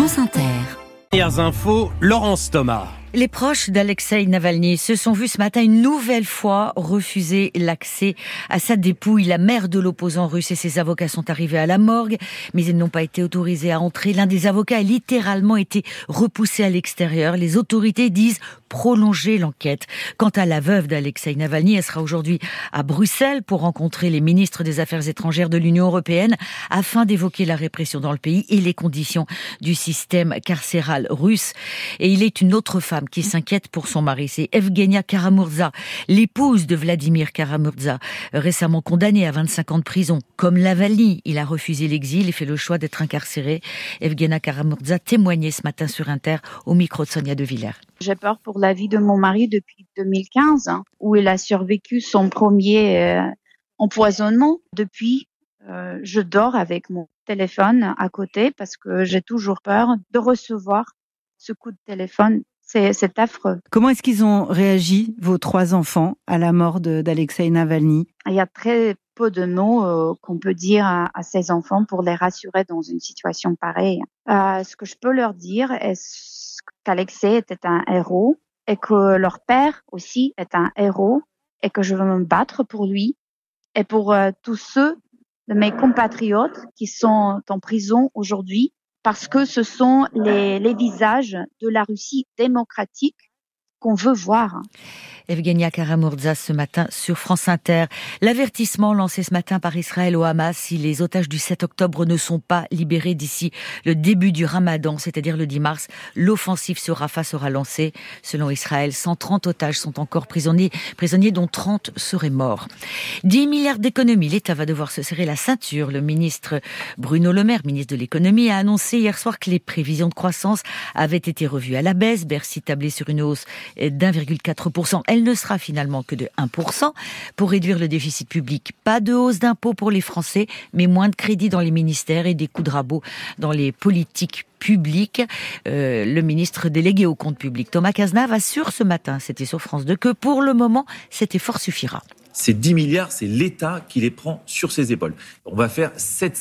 France Inter. Dernières infos, Laurence Thomas. Les proches d'Alexeï Navalny se sont vus ce matin une nouvelle fois refuser l'accès à sa dépouille. La mère de l'opposant russe et ses avocats sont arrivés à la morgue, mais ils n'ont pas été autorisés à entrer. L'un des avocats a littéralement été repoussé à l'extérieur. Les autorités disent prolonger l'enquête. Quant à la veuve d'Alexeï Navalny, elle sera aujourd'hui à Bruxelles pour rencontrer les ministres des Affaires étrangères de l'Union européenne afin d'évoquer la répression dans le pays et les conditions du système carcéral russe. Et il est une autre femme qui s'inquiète pour son mari, c'est Evgenia Karamurza, l'épouse de Vladimir Karamurza, récemment condamnée à 25 ans de prison. Comme Navalny, il a refusé l'exil et fait le choix d'être incarcéré. Evgenia Karamurza témoignait ce matin sur Inter au micro de Sonia De Villers. J'ai peur pour la vie de mon mari depuis 2015, où il a survécu son premier empoisonnement. Depuis, je dors avec mon téléphone à côté parce que j'ai toujours peur de recevoir ce coup de téléphone. C'est affreux. Comment est-ce qu'ils ont réagi, vos 3 enfants, à la mort d'Alexeï Navalny ? Il y a très peu de mots qu'on peut dire à ces enfants pour les rassurer dans une situation pareille. Ce que je peux leur dire est qu'Alexeï était un héros et que leur père aussi est un héros et que je veux me battre pour lui et pour tous ceux de mes compatriotes qui sont en prison aujourd'hui parce que ce sont les visages de la Russie démocratique qu'on veut voir. Evgenia Karamurza ce matin sur France Inter. L'avertissement lancé ce matin par Israël au Hamas, si les otages du 7 octobre ne sont pas libérés d'ici le début du Ramadan, c'est-à-dire le 10 mars, l'offensive sur Rafah sera lancée. Selon Israël, 130 otages sont encore prisonniers dont 30 seraient morts. 10 milliards d'économies, l'État va devoir se serrer la ceinture. Le ministre Bruno Le Maire, ministre de l'économie, a annoncé hier soir que les prévisions de croissance avaient été revues à la baisse. Bercy tablait sur une hausse d'1,4%. Elle ne sera finalement que de 1%. Pour réduire le déficit public, pas de hausse d'impôts pour les Français, mais moins de crédits dans les ministères et des coups de rabot dans les politiques publiques. Le ministre délégué au compte public, Thomas Cazenave, assure ce matin, c'était sur France 2, que pour le moment, cet effort suffira. Ces 10 milliards, c'est l'État qui les prend sur ses épaules. On va faire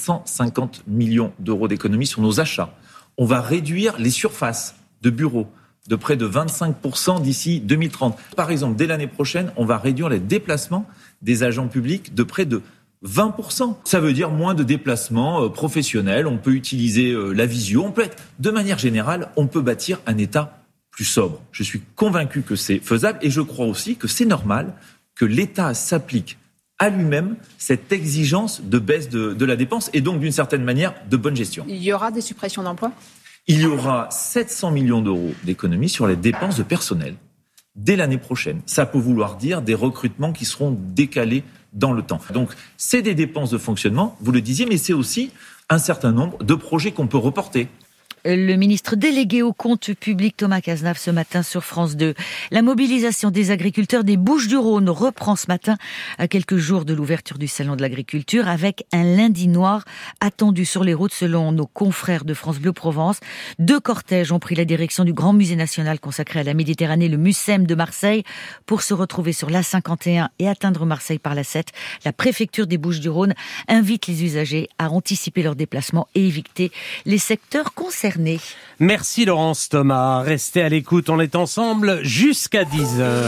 750 millions d'euros d'économies sur nos achats. On va réduire les surfaces de bureaux de près de 25% d'ici 2030. Par exemple, dès l'année prochaine, on va réduire les déplacements des agents publics de près de 20%. Ça veut dire moins de déplacements professionnels, on peut utiliser la visio, de manière générale, on peut bâtir un État plus sobre. Je suis convaincu que c'est faisable et je crois aussi que c'est normal que l'État s'applique à lui-même cette exigence de baisse de la dépense et donc d'une certaine manière de bonne gestion. Il y aura des suppressions d'emplois ? Il y aura 700 millions d'euros d'économies sur les dépenses de personnel dès l'année prochaine. Ça peut vouloir dire des recrutements qui seront décalés dans le temps. Donc, c'est des dépenses de fonctionnement, vous le disiez, mais c'est aussi un certain nombre de projets qu'on peut reporter. Le ministre délégué au compte public Thomas Cazenave ce matin sur France 2. La mobilisation des agriculteurs des Bouches-du-Rhône reprend ce matin à quelques jours de l'ouverture du salon de l'agriculture avec un lundi noir attendu sur les routes selon nos confrères de France Bleu Provence. 2 cortèges ont pris la direction du grand musée national consacré à la Méditerranée, le Mucem de Marseille, pour se retrouver sur l'A51 et atteindre Marseille par la 7. La préfecture des Bouches-du-Rhône invite les usagers à anticiper leur déplacement et éviter les secteurs concernés. Merci Laurence Thomas. Restez à l'écoute, on est ensemble jusqu'à 10h.